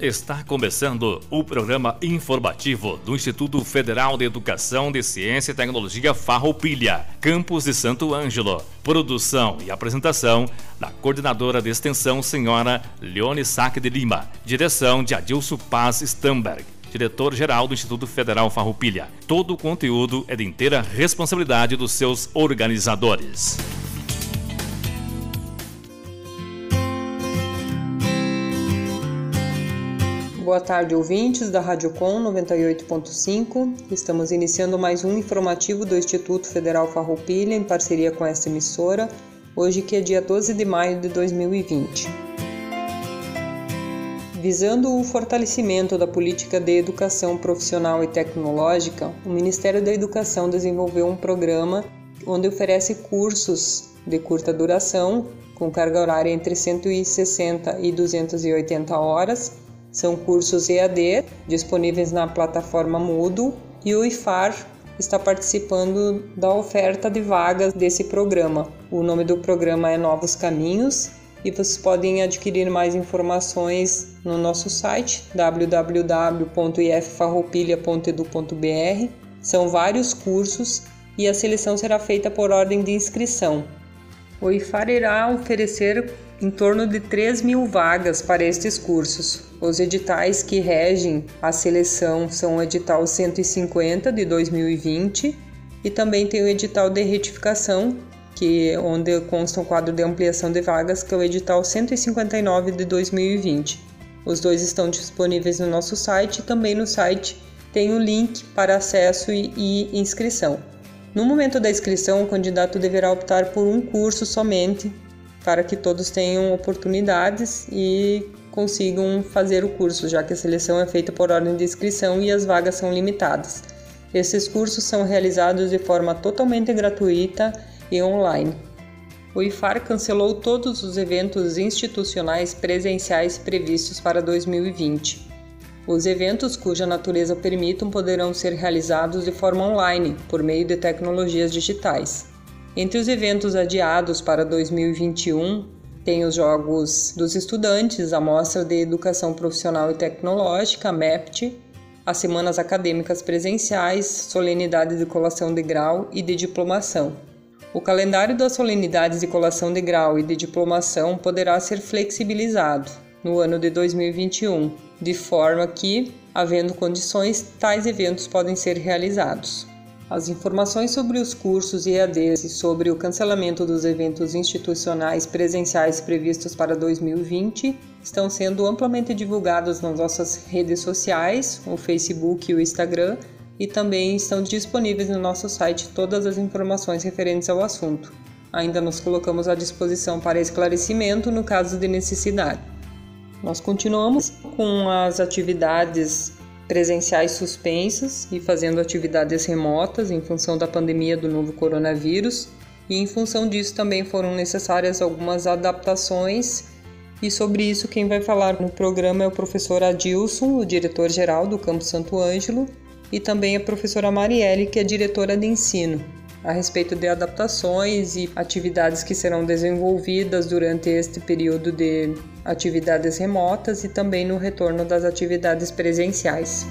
Está começando o programa informativo do Instituto Federal de Educação de Ciência e Tecnologia Farroupilha, campus de Santo Ângelo. Produção e apresentação da coordenadora de extensão, senhora Leone Saque de Lima. Direção de Adilson Paz Stamberg, diretor-geral do Instituto Federal Farroupilha. Todo o conteúdo é de inteira responsabilidade dos seus organizadores. Boa tarde, ouvintes da Rádio Com 98.5. Estamos iniciando mais um informativo do Instituto Federal Farroupilha em parceria com esta emissora, hoje que é dia 12 de maio de 2020. Visando o fortalecimento da política de educação profissional e tecnológica, o Ministério da Educação desenvolveu um programa onde oferece cursos de curta duração, com carga horária entre 160 e 280 horas. São cursos EAD, disponíveis na plataforma Moodle, e o IFAR está participando da oferta de vagas desse programa. O nome do programa é Novos Caminhos e vocês podem adquirir mais informações no nosso site www.iffarroupilha.edu.br. São vários cursos e a seleção será feita por ordem de inscrição. O IFAR irá oferecer em torno de 3.000 vagas para estes cursos. Os editais que regem a seleção são o edital 150 de 2020 e também tem o edital de retificação, onde consta um quadro de ampliação de vagas, que é o edital 159 de 2020. Os dois estão disponíveis no nosso site e também no site tem o link para acesso e inscrição. No momento da inscrição, o candidato deverá optar por um curso somente, para que todos tenham oportunidades e consigam fazer o curso, já que a seleção é feita por ordem de inscrição e as vagas são limitadas. Esses cursos são realizados de forma totalmente gratuita e online. O IFAR cancelou todos os eventos institucionais presenciais previstos para 2020. Os eventos cuja natureza permitam poderão ser realizados de forma online, por meio de tecnologias digitais. Entre os eventos adiados para 2021, tem os Jogos dos Estudantes, a Mostra de Educação Profissional e Tecnológica, a MEPT, as Semanas Acadêmicas Presenciais, Solenidade de Colação de Grau e de Diplomação. O calendário das solenidades de colação de grau e de diplomação poderá ser flexibilizado no ano de 2021, de forma que, havendo condições, tais eventos podem ser realizados. As informações sobre os cursos EADs e sobre o cancelamento dos eventos institucionais presenciais previstos para 2020 estão sendo amplamente divulgadas nas nossas redes sociais, o Facebook e o Instagram, e também estão disponíveis no nosso site todas as informações referentes ao assunto. Ainda nos colocamos à disposição para esclarecimento no caso de necessidade. Nós continuamos com as atividades presenciais suspensas e fazendo atividades remotas em função da pandemia do novo coronavírus, e em função disso também foram necessárias algumas adaptações, e sobre isso quem vai falar no programa é o professor Adilson, o diretor-geral do Campus Santo Ângelo, e também a professora Marielle, que é diretora de ensino, a respeito de adaptações e atividades que serão desenvolvidas durante este período de atividades remotas e também no retorno das atividades presenciais.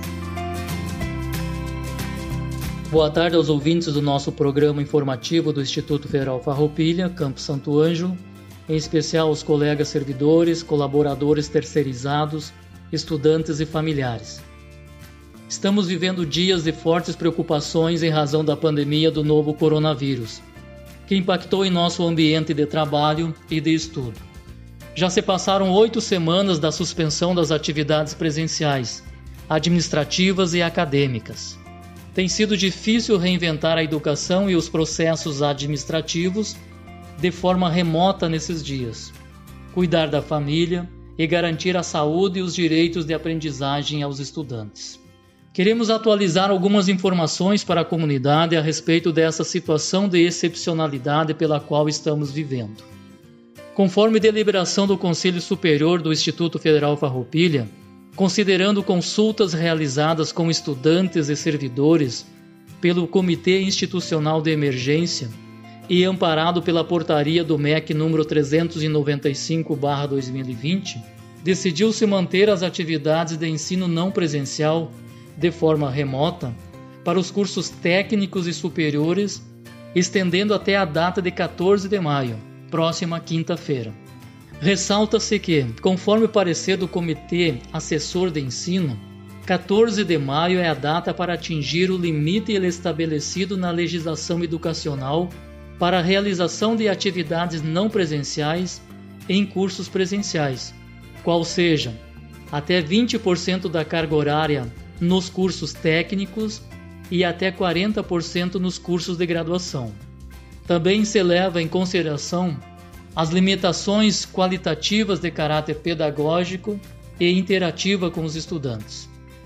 Boa tarde aos ouvintes do nosso programa informativo do Instituto Federal Farroupilha, Campus Santo Ângelo, em especial aos colegas servidores, colaboradores terceirizados, estudantes e familiares. Estamos vivendo dias de fortes preocupações em razão da pandemia do novo coronavírus, que impactou em nosso ambiente de trabalho e de estudo. Já se passaram 8 semanas da suspensão das atividades presenciais, administrativas e acadêmicas. Tem sido difícil reinventar a educação e os processos administrativos de forma remota nesses dias, cuidar da família e garantir a saúde e os direitos de aprendizagem aos estudantes. Queremos atualizar algumas informações para a comunidade a respeito dessa situação de excepcionalidade pela qual estamos vivendo. Conforme deliberação do Conselho Superior do Instituto Federal Farroupilha, considerando consultas realizadas com estudantes e servidores pelo Comitê Institucional de Emergência e amparado pela portaria do MEC número 395/2020, decidiu-se manter as atividades de ensino não presencial de forma remota para os cursos técnicos e superiores, estendendo até a data de 14 de maio, próxima quinta-feira. Ressalta-se que, conforme o parecer do Comitê Assessor de Ensino, 14 de maio é a data para atingir o limite estabelecido na legislação educacional para a realização de atividades não presenciais em cursos presenciais, qual seja, até 20% da carga horária nos cursos técnicos e até 40% nos cursos de graduação. Também se leva em consideração as limitações qualitativas de caráter pedagógico e interativa com os estudantes.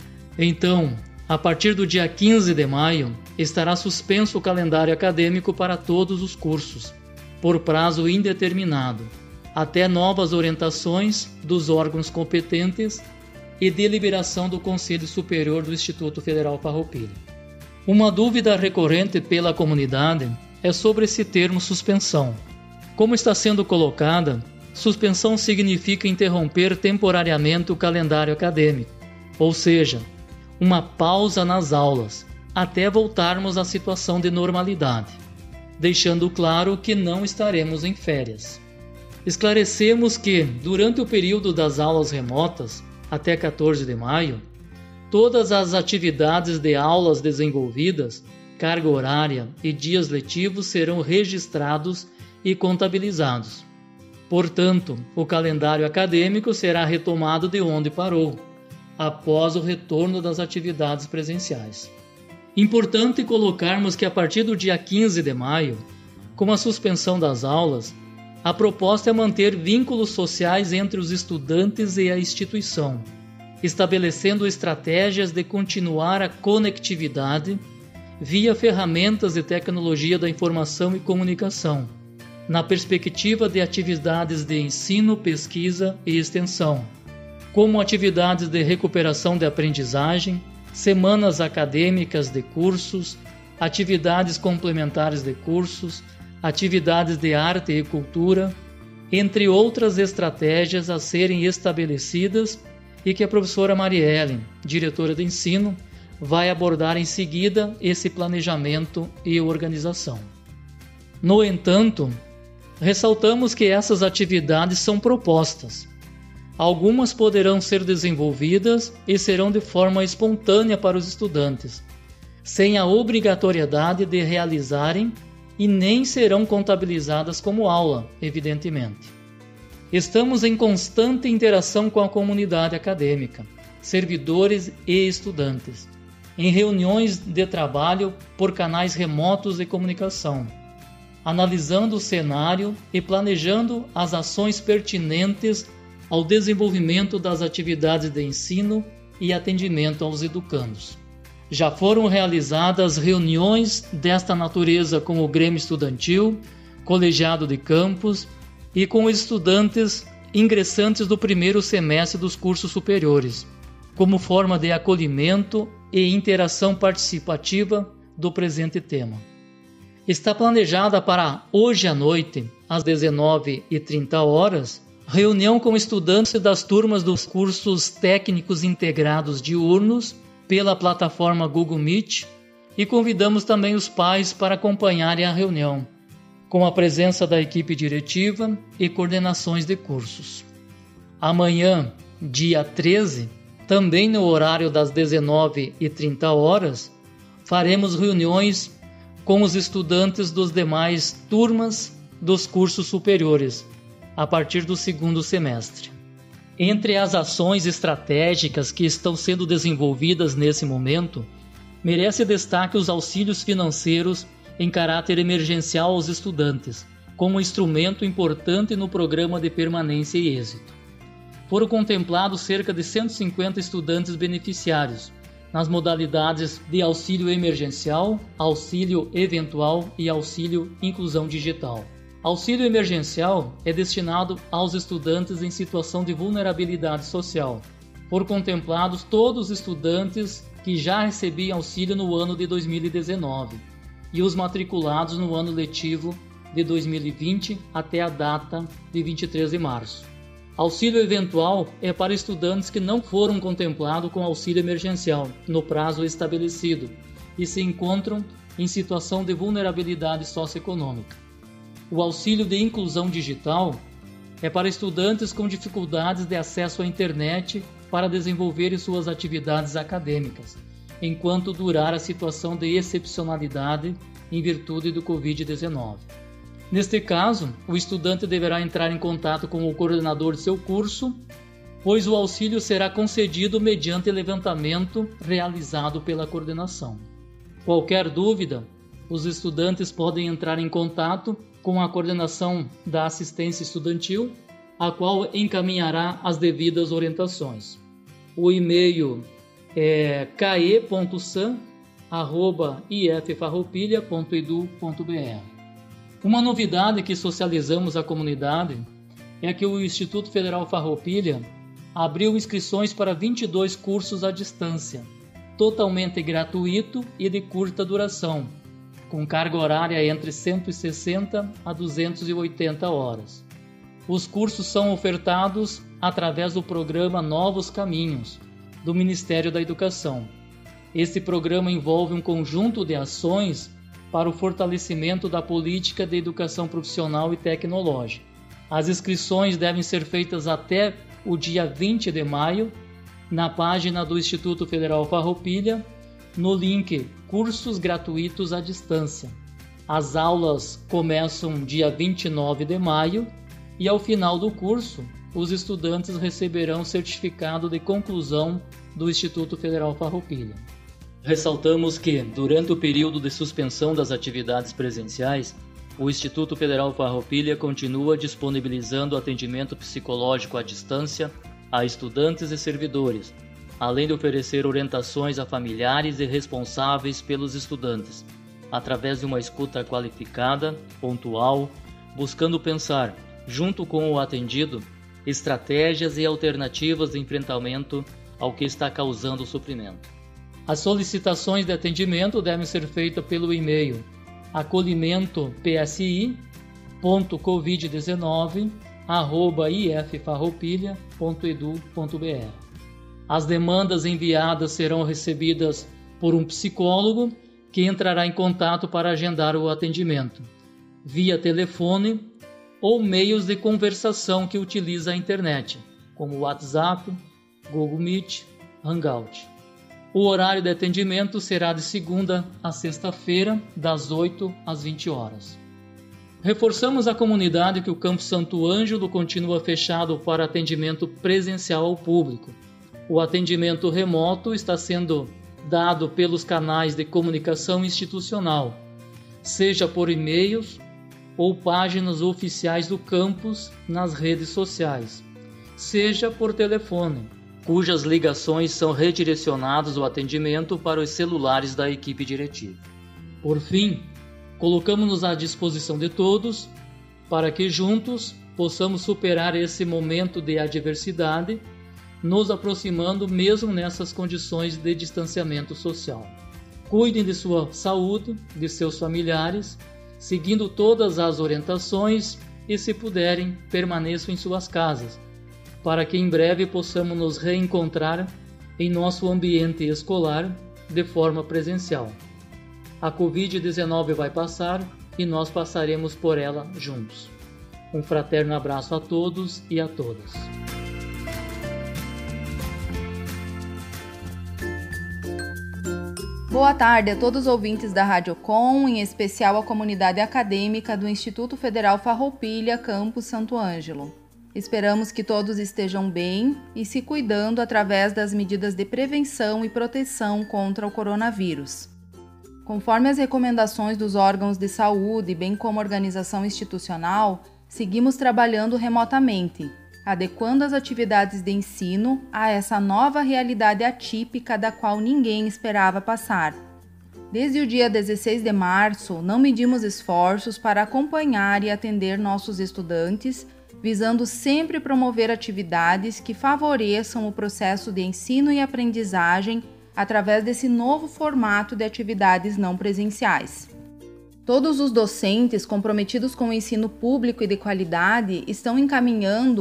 Então, a partir do dia 15 de maio, estará suspenso o calendário acadêmico para todos os cursos, por prazo indeterminado, até novas orientações dos órgãos competentes e deliberação do Conselho Superior do Instituto Federal Farroupilha. Uma dúvida recorrente pela comunidade é sobre esse termo suspensão. Como está sendo colocada, suspensão significa interromper temporariamente o calendário acadêmico, ou seja, uma pausa nas aulas, até voltarmos à situação de normalidade, deixando claro que não estaremos em férias. Esclarecemos que, durante o período das aulas remotas, até 14 de maio, todas as atividades de aulas desenvolvidas, carga horária e dias letivos serão registrados e contabilizados. Portanto, o calendário acadêmico será retomado de onde parou, após o retorno das atividades presenciais. Importante colocarmos que a partir do dia 15 de maio, com a suspensão das aulas, a proposta é manter vínculos sociais entre os estudantes e a instituição, estabelecendo estratégias de continuar a conectividade via ferramentas de tecnologia da informação e comunicação, na perspectiva de atividades de ensino, pesquisa e extensão, como atividades de recuperação de aprendizagem, semanas acadêmicas de cursos, atividades complementares de cursos, atividades de arte e cultura, entre outras estratégias a serem estabelecidas e que a professora Marielle, diretora de ensino, vai abordar em seguida esse planejamento e organização. No entanto, ressaltamos que essas atividades são propostas. Algumas poderão ser desenvolvidas e serão de forma espontânea para os estudantes, sem a obrigatoriedade de realizarem e nem serão contabilizadas como aula, evidentemente. Estamos em constante interação com a comunidade acadêmica, servidores e estudantes, em reuniões de trabalho por canais remotos de comunicação, analisando o cenário e planejando as ações pertinentes ao desenvolvimento das atividades de ensino e atendimento aos educandos. Já foram realizadas reuniões desta natureza com o Grêmio Estudantil, colegiado de campus e com os estudantes ingressantes do primeiro semestre dos cursos superiores, como forma de acolhimento e interação participativa do presente tema. Está planejada para hoje à noite, às 19h30, reunião com estudantes das turmas dos cursos técnicos integrados diurnos pela plataforma Google Meet e convidamos também os pais para acompanharem a reunião, com a presença da equipe diretiva e coordenações de cursos. Amanhã, dia 13, também no horário das 19h30, faremos reuniões com os estudantes dos demais turmas dos cursos superiores, a partir do segundo semestre. Entre as ações estratégicas que estão sendo desenvolvidas nesse momento, merece destaque os auxílios financeiros em caráter emergencial aos estudantes, como instrumento importante no programa de permanência e êxito. Foram contemplados cerca de 150 estudantes beneficiários, nas modalidades de auxílio emergencial, auxílio eventual e auxílio inclusão digital. Auxílio emergencial é destinado aos estudantes em situação de vulnerabilidade social. Foram contemplados todos os estudantes que já recebiam auxílio no ano de 2019 e os matriculados no ano letivo de 2020 até a data de 23 de março. Auxílio eventual é para estudantes que não foram contemplados com auxílio emergencial no prazo estabelecido e se encontram em situação de vulnerabilidade socioeconômica. O auxílio de inclusão digital é para estudantes com dificuldades de acesso à internet para desenvolverem suas atividades acadêmicas, enquanto durar a situação de excepcionalidade em virtude do Covid-19. Neste caso, o estudante deverá entrar em contato com o coordenador de seu curso, pois o auxílio será concedido mediante levantamento realizado pela coordenação. Qualquer dúvida, os estudantes podem entrar em contato com a coordenação da assistência estudantil, a qual encaminhará as devidas orientações. O e-mail é cae.san@iffarroupilha.edu.br. Uma novidade que socializamos à comunidade é que o Instituto Federal Farroupilha abriu inscrições para 22 cursos à distância, totalmente gratuito e de curta duração, com carga horária entre 160 a 280 horas. Os cursos são ofertados através do programa Novos Caminhos, do Ministério da Educação. Este programa envolve um conjunto de ações para o fortalecimento da política de educação profissional e tecnológica. As inscrições devem ser feitas até o dia 20 de maio, na página do Instituto Federal Farroupilha, no link Cursos Gratuitos à Distância. As aulas começam dia 29 de maio e, ao final do curso, os estudantes receberão certificado de conclusão do Instituto Federal Farroupilha. Ressaltamos que, durante o período de suspensão das atividades presenciais, o Instituto Federal Farroupilha continua disponibilizando atendimento psicológico à distância a estudantes e servidores, além de oferecer orientações a familiares e responsáveis pelos estudantes, através de uma escuta qualificada, pontual, buscando pensar, junto com o atendido, estratégias e alternativas de enfrentamento ao que está causando o sofrimento. As solicitações de atendimento devem ser feitas pelo e-mail acolhimento.psi.covid19@iffarroupilha.edu.br. As demandas enviadas serão recebidas por um psicólogo que entrará em contato para agendar o atendimento, via telefone ou meios de conversação que utiliza a internet, como WhatsApp, Google Meet, Hangout. O horário de atendimento será de segunda a sexta-feira, das 8 às 20 horas. Reforçamos à comunidade que o Campo Santo Ângelo continua fechado para atendimento presencial ao público. O atendimento remoto está sendo dado pelos canais de comunicação institucional, seja por e-mails ou páginas oficiais do campus nas redes sociais, seja por telefone, cujas ligações são redirecionadas o atendimento para os celulares da equipe diretiva. Por fim, colocamos-nos à disposição de todos para que juntos possamos superar esse momento de adversidade, nos aproximando mesmo nessas condições de distanciamento social. Cuidem de sua saúde, de seus familiares, seguindo todas as orientações e, se puderem, permaneçam em suas casas, para que em breve possamos nos reencontrar em nosso ambiente escolar de forma presencial. A Covid-19 vai passar e nós passaremos por ela juntos. Um fraterno abraço a todos e a todas. Boa tarde a todos os ouvintes da Rádio Com, em especial a comunidade acadêmica do Instituto Federal Farroupilha, Campus Santo Ângelo. Esperamos que todos estejam bem e se cuidando através das medidas de prevenção e proteção contra o coronavírus. Conforme as recomendações dos órgãos de saúde, bem como a organização institucional, seguimos trabalhando remotamente, adequando as atividades de ensino a essa nova realidade atípica da qual ninguém esperava passar. Desde o dia 16 de março, não medimos esforços para acompanhar e atender nossos estudantes, visando sempre promover atividades que favoreçam o processo de ensino e aprendizagem através desse novo formato de atividades não presenciais. Todos os docentes comprometidos com o ensino público e de qualidade estão encaminhando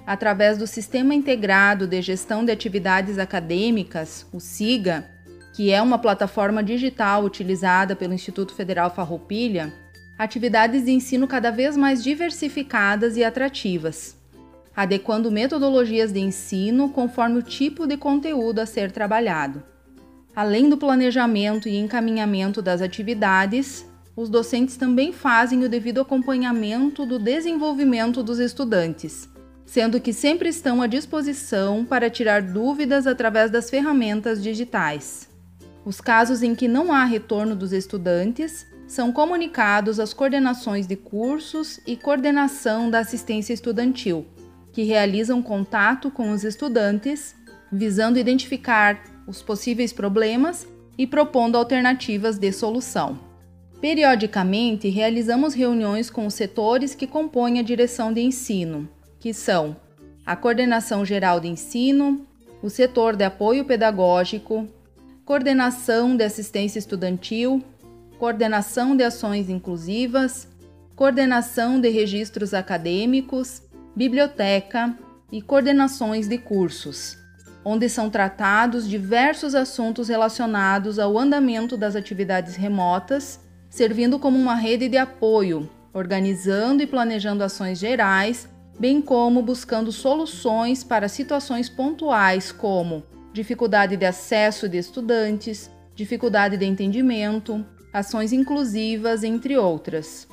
através do Sistema Integrado de Gestão de Atividades Acadêmicas, o SIGA, que é uma plataforma digital utilizada pelo Instituto Federal Farroupilha, atividades de ensino cada vez mais diversificadas e atrativas, adequando metodologias de ensino conforme o tipo de conteúdo a ser trabalhado. Além do planejamento e encaminhamento das atividades, os docentes também fazem o devido acompanhamento do desenvolvimento dos estudantes, sendo que sempre estão à disposição para tirar dúvidas através das ferramentas digitais. Os casos em que não há retorno dos estudantes são comunicados às coordenações de cursos e coordenação da assistência estudantil, que realizam contato com os estudantes, visando identificar os possíveis problemas e propondo alternativas de solução. Periodicamente, realizamos reuniões com os setores que compõem a direção de ensino, que são a Coordenação Geral de Ensino, o Setor de Apoio Pedagógico, Coordenação de Assistência Estudantil, Coordenação de Ações Inclusivas, Coordenação de Registros Acadêmicos, Biblioteca e Coordenações de Cursos, onde são tratados diversos assuntos relacionados ao andamento das atividades remotas, servindo como uma rede de apoio, organizando e planejando ações gerais, bem como buscando soluções para situações pontuais como dificuldade de acesso de estudantes, dificuldade de entendimento, ações inclusivas, entre outras.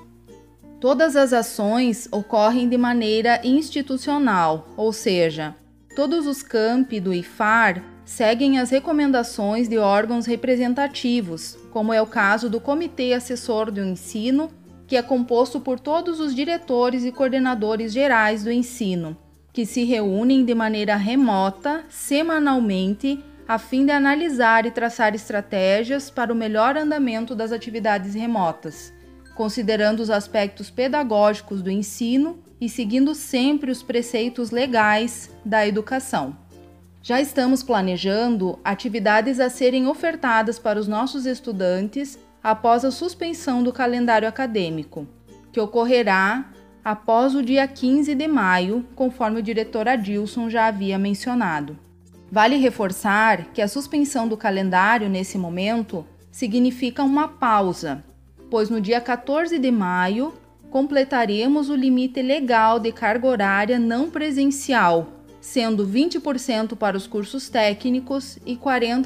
Todas as ações ocorrem de maneira institucional, ou seja, todos os campi do IFAR seguem as recomendações de órgãos representativos, como é o caso do Comitê Assessor do Ensino, que é composto por todos os diretores e coordenadores gerais do ensino, que se reúnem de maneira remota, semanalmente, a fim de analisar e traçar estratégias para o melhor andamento das atividades remotas, considerando os aspectos pedagógicos do ensino e seguindo sempre os preceitos legais da educação. Já estamos planejando atividades a serem ofertadas para os nossos estudantes após a suspensão do calendário acadêmico, que ocorrerá após o dia 15 de maio, conforme o diretor Adilson já havia mencionado. Vale reforçar que a suspensão do calendário nesse momento significa uma pausa, pois no dia 14 de maio completaremos o limite legal de carga horária não presencial, sendo 20% para os cursos técnicos e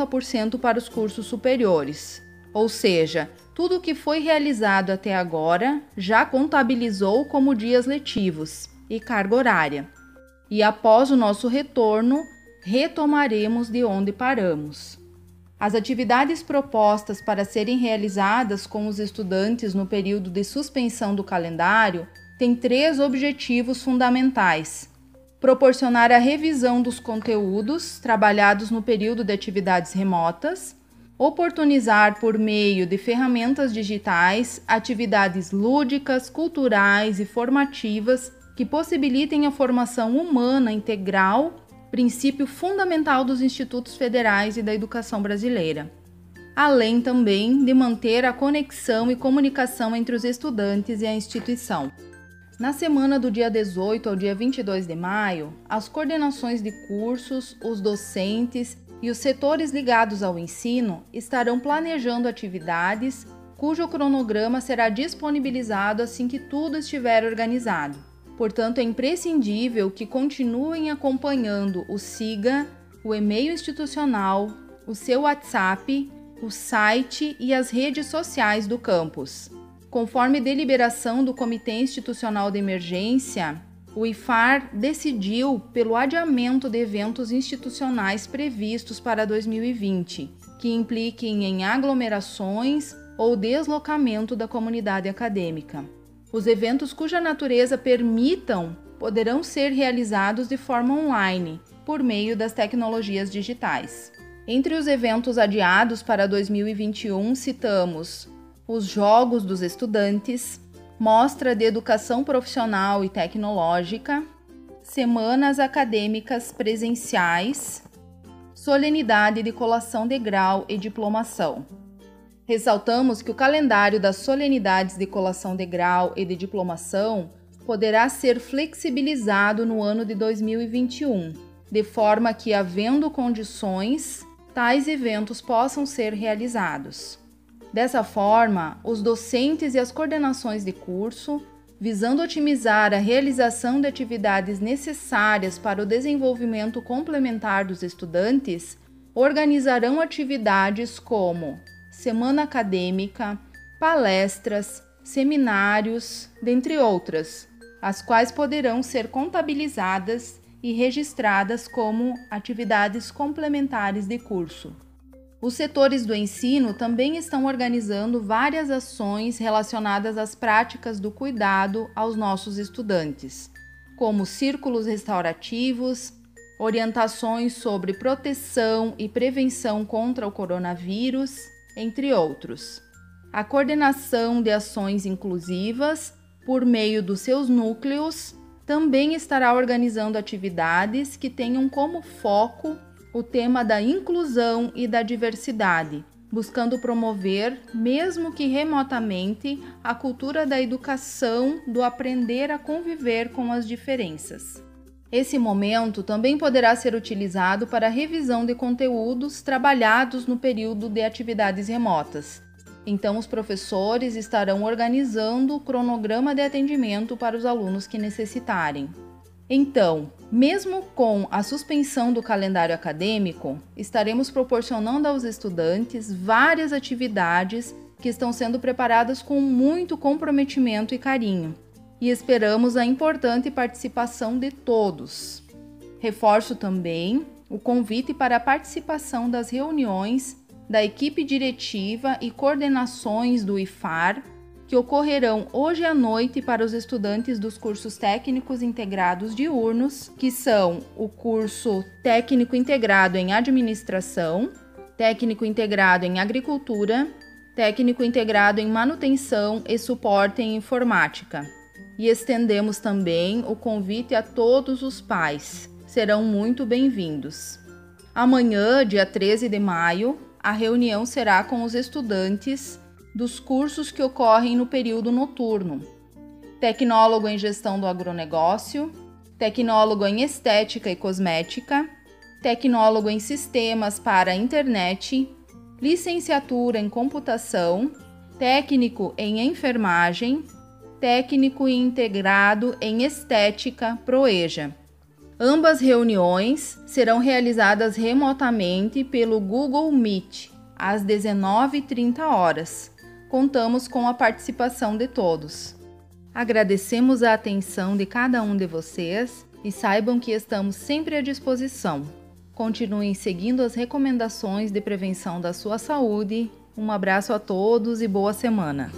40% para os cursos superiores. Ou seja, tudo o que foi realizado até agora já contabilizou como dias letivos e carga horária. E após o nosso retorno, retomaremos de onde paramos. As atividades propostas para serem realizadas com os estudantes no período de suspensão do calendário têm 3 objetivos fundamentais: proporcionar a revisão dos conteúdos trabalhados no período de atividades remotas, oportunizar por meio de ferramentas digitais atividades lúdicas, culturais e formativas que possibilitem a formação humana integral, princípio fundamental dos institutos federais e da educação brasileira, além também de manter a conexão e comunicação entre os estudantes e a instituição. Na semana do dia 18 ao dia 22 de maio, as coordenações de cursos, os docentes e os setores ligados ao ensino estarão planejando atividades cujo cronograma será disponibilizado assim que tudo estiver organizado. Portanto, é imprescindível que continuem acompanhando o SIGA, o e-mail institucional, o seu WhatsApp, o site e as redes sociais do campus. Conforme deliberação do Comitê Institucional de Emergência, o IFAR decidiu pelo adiamento de eventos institucionais previstos para 2020, que impliquem em aglomerações ou deslocamento da comunidade acadêmica. Os eventos cuja natureza permitam poderão ser realizados de forma online, por meio das tecnologias digitais. Entre os eventos adiados para 2021, citamos os Jogos dos Estudantes, Mostra de Educação Profissional e Tecnológica, Semanas Acadêmicas Presenciais, Solenidade de Colação de Grau e Diplomação. Ressaltamos que o calendário das solenidades de colação de grau e de diplomação poderá ser flexibilizado no ano de 2021, de forma que, havendo condições, tais eventos possam ser realizados. Dessa forma, os docentes e as coordenações de curso, visando otimizar a realização de atividades necessárias para o desenvolvimento complementar dos estudantes, organizarão atividades como semana acadêmica, palestras, seminários, dentre outras, as quais poderão ser contabilizadas e registradas como atividades complementares de curso. Os setores do ensino também estão organizando várias ações relacionadas às práticas do cuidado aos nossos estudantes, como círculos restaurativos, orientações sobre proteção e prevenção contra o coronavírus, entre outros. A coordenação de ações inclusivas, por meio dos seus núcleos, também estará organizando atividades que tenham como foco o tema da inclusão e da diversidade, buscando promover, mesmo que remotamente, a cultura da educação, do aprender a conviver com as diferenças. Esse momento também poderá ser utilizado para a revisão de conteúdos trabalhados no período de atividades remotas. Então, os professores estarão organizando o cronograma de atendimento para os alunos que necessitarem. Então, mesmo com a suspensão do calendário acadêmico, estaremos proporcionando aos estudantes várias atividades que estão sendo preparadas com muito comprometimento e carinho, e esperamos a importante participação de todos. Reforço também o convite para a participação das reuniões da equipe diretiva e coordenações do IFAR, que ocorrerão hoje à noite para os estudantes dos cursos técnicos integrados diurnos, que são o curso técnico integrado em administração, técnico integrado em agricultura, técnico integrado em manutenção e suporte em informática. E estendemos também o convite a todos os pais. Serão muito bem-vindos. Amanhã, dia 13 de maio, a reunião será com os estudantes dos cursos que ocorrem no período noturno: tecnólogo em gestão do agronegócio, tecnólogo em estética e cosmética, tecnólogo em sistemas para a internet, licenciatura em computação, técnico em enfermagem, técnico integrado em estética ProEja. Ambas reuniões serão realizadas remotamente pelo Google Meet, às 19h30. Contamos com a participação de todos. Agradecemos a atenção de cada um de vocês e saibam que estamos sempre à disposição. Continuem seguindo as recomendações de prevenção da sua saúde. Um abraço a todos e boa semana!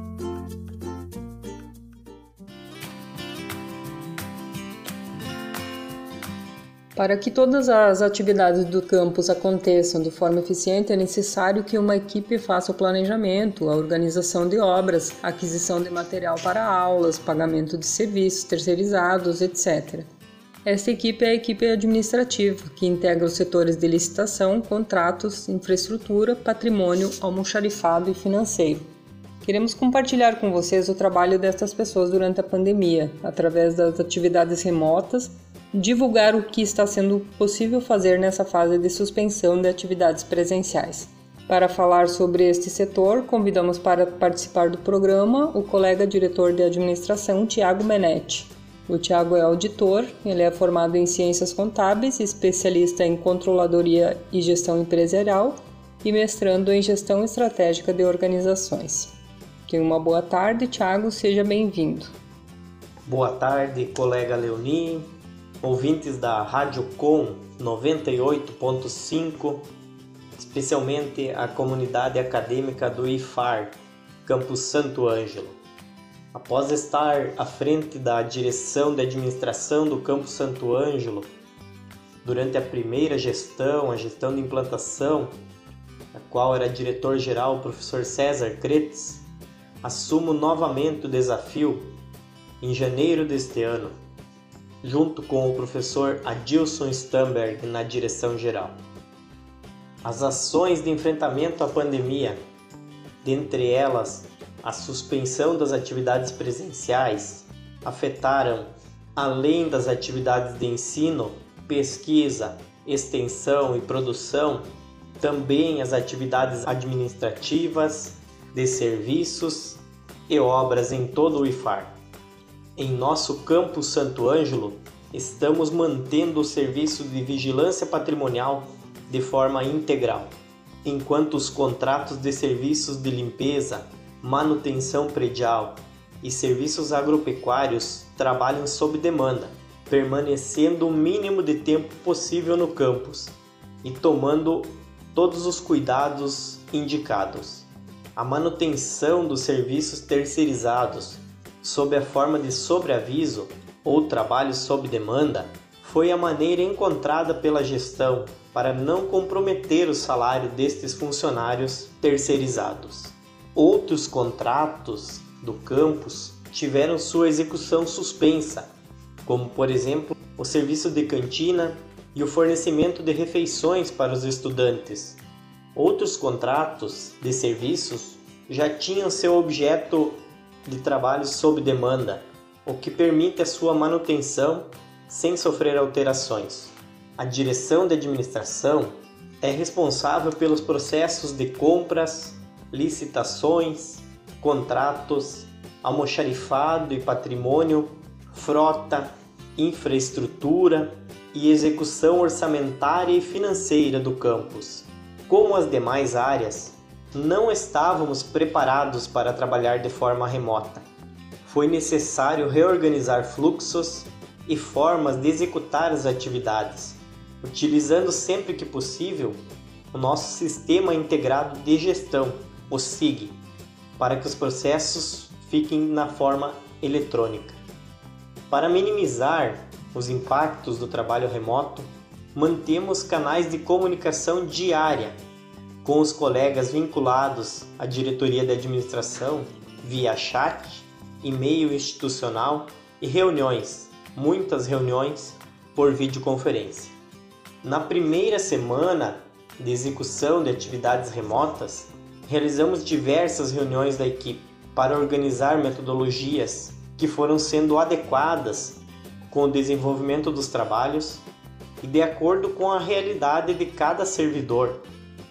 Para que todas as atividades do campus aconteçam de forma eficiente, é necessário que uma equipe faça o planejamento, a organização de obras, a aquisição de material para aulas, pagamento de serviços terceirizados, etc. Esta equipe é a equipe administrativa, que integra os setores de licitação, contratos, infraestrutura, patrimônio, almoxarifado e financeiro. Queremos compartilhar com vocês o trabalho destas pessoas durante a pandemia, através das atividades remotas, divulgar o que está sendo possível fazer nessa fase de suspensão de atividades presenciais. Para falar sobre este setor, convidamos para participar do programa o colega diretor de administração, Tiago Menetti. O Tiago é auditor, ele é formado em Ciências Contábeis, especialista em Controladoria e Gestão Empresarial e mestrando em Gestão Estratégica de Organizações. Tenha uma boa tarde, Tiago, seja bem-vindo. Boa tarde, colega Leoni, ouvintes da Rádio Com 98.5, especialmente a comunidade acadêmica do IFAR, Campus Santo Ângelo. Após estar à frente da direção de administração do Campus Santo Ângelo, durante a primeira gestão, a gestão de implantação, a qual era diretor-geral o professor César Cretes, assumo novamente o desafio em janeiro deste ano, junto com o professor Adilson Stamberg na direção geral. As ações de enfrentamento à pandemia, dentre elas a suspensão das atividades presenciais, afetaram, além das atividades de ensino, pesquisa, extensão e produção, também as atividades administrativas, de serviços e obras em todo o IFAR. Em nosso campus Santo Ângelo, estamos mantendo o serviço de vigilância patrimonial de forma integral, enquanto os contratos de serviços de limpeza, manutenção predial e serviços agropecuários trabalham sob demanda, permanecendo o mínimo de tempo possível no campus e tomando todos os cuidados indicados. A manutenção dos serviços terceirizados, sob a forma de sobreaviso ou trabalho sob demanda, foi a maneira encontrada pela gestão para não comprometer o salário destes funcionários terceirizados. Outros contratos do campus tiveram sua execução suspensa, como por exemplo o serviço de cantina e o fornecimento de refeições para os estudantes. Outros contratos de serviços já tinham seu objeto de trabalho sob demanda, o que permite a sua manutenção sem sofrer alterações. A direção de administração é responsável pelos processos de compras, licitações, contratos, almoxarifado e patrimônio, frota, infraestrutura e execução orçamentária e financeira do campus. Como as demais áreas, não estávamos preparados para trabalhar de forma remota. Foi necessário reorganizar fluxos e formas de executar as atividades, utilizando sempre que possível o nosso Sistema Integrado de Gestão, o SIG, para que os processos fiquem na forma eletrônica. Para minimizar os impactos do trabalho remoto, mantemos canais de comunicação diária com os colegas vinculados à diretoria de administração via chat, e-mail institucional e reuniões, muitas reuniões por videoconferência. Na primeira semana de execução de atividades remotas, realizamos diversas reuniões da equipe para organizar metodologias que foram sendo adequadas com o desenvolvimento dos trabalhos e de acordo com a realidade de cada servidor.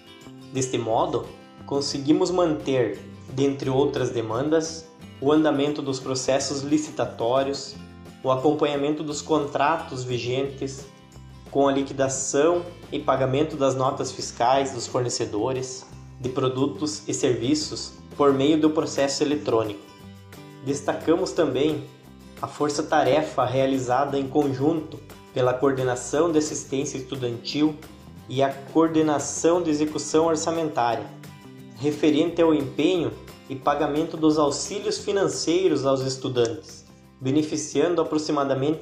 Deste modo, conseguimos manter, dentre outras demandas, o andamento dos processos licitatórios, o acompanhamento dos contratos vigentes, com a liquidação e pagamento das notas fiscais dos fornecedores de produtos e serviços por meio do processo eletrônico. Destacamos também a força-tarefa realizada em conjunto pela Coordenação de Assistência Estudantil e a Coordenação de Execução Orçamentária, referente ao empenho e pagamento dos auxílios financeiros aos estudantes, beneficiando aproximadamente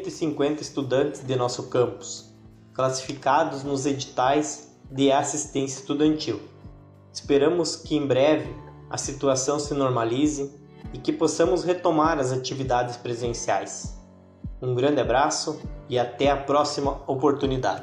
150 estudantes de nosso campus, classificados nos editais de assistência estudantil. Esperamos que em breve a situação se normalize e que possamos retomar as atividades presenciais. Um grande abraço e até a próxima oportunidade.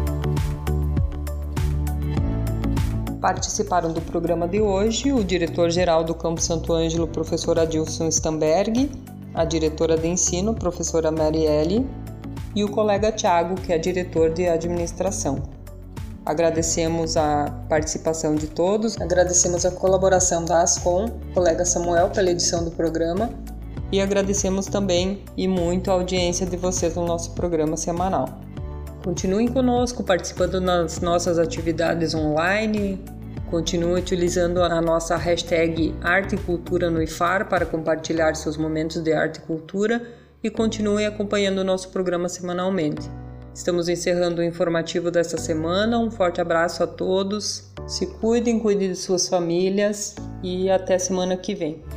Participaram do programa de hoje o diretor-geral do Campus Santo Ângelo, professor Adilson Stamberg, a diretora de ensino, professora Marielle, e o colega Tiago, que é diretor de administração. Agradecemos a participação de todos, agradecemos a colaboração da Ascom, colega Samuel, pela edição do programa, e agradecemos também e muito a audiência de vocês no nosso programa semanal. Continuem conosco, participando das nossas atividades online, continuem utilizando a nossa hashtag Arte e Cultura no IFAR para compartilhar seus momentos de arte e cultura e continuem acompanhando o nosso programa semanalmente. Estamos encerrando o informativo desta semana. Um forte abraço a todos, se cuidem de suas famílias e até semana que vem.